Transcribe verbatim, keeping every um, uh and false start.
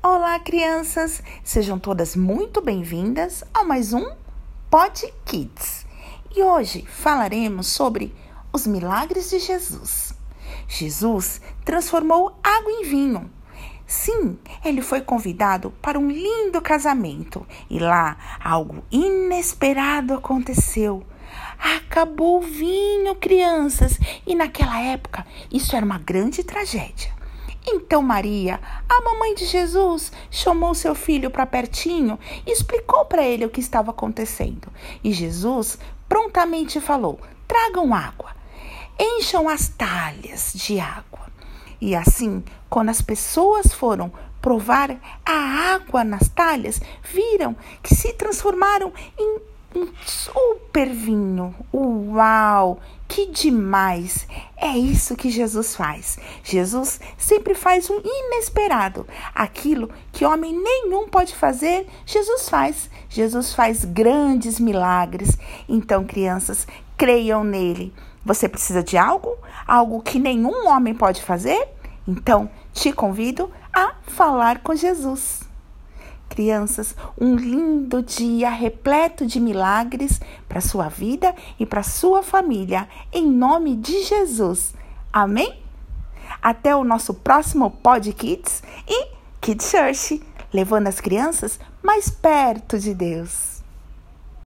Olá, crianças! Sejam todas muito bem-vindas a mais um Pod Kids. E hoje falaremos sobre os milagres de Jesus. Jesus transformou água em vinho. Sim, ele foi convidado para um lindo casamento e lá algo inesperado aconteceu. Acabou o vinho, crianças, e naquela época isso era uma grande tragédia. Então Maria, a mamãe de Jesus, chamou seu filho para pertinho e explicou para ele o que estava acontecendo. E Jesus prontamente falou: tragam água, encham as talhas de água. E assim, quando as pessoas foram provar a água nas talhas, viram que se transformaram em um super vinho. Uau! Que demais! É isso que Jesus faz. Jesus sempre faz um inesperado. Aquilo que homem nenhum pode fazer, Jesus faz. Jesus faz grandes milagres. Então, crianças, creiam nele. Você precisa de algo? Algo que nenhum homem pode fazer? Então, te convido a falar com Jesus. Crianças, um lindo dia repleto de milagres para sua vida e para sua família, em nome de Jesus. Amém? Até o nosso próximo Pod Kids e Kids Church, levando as crianças mais perto de Deus.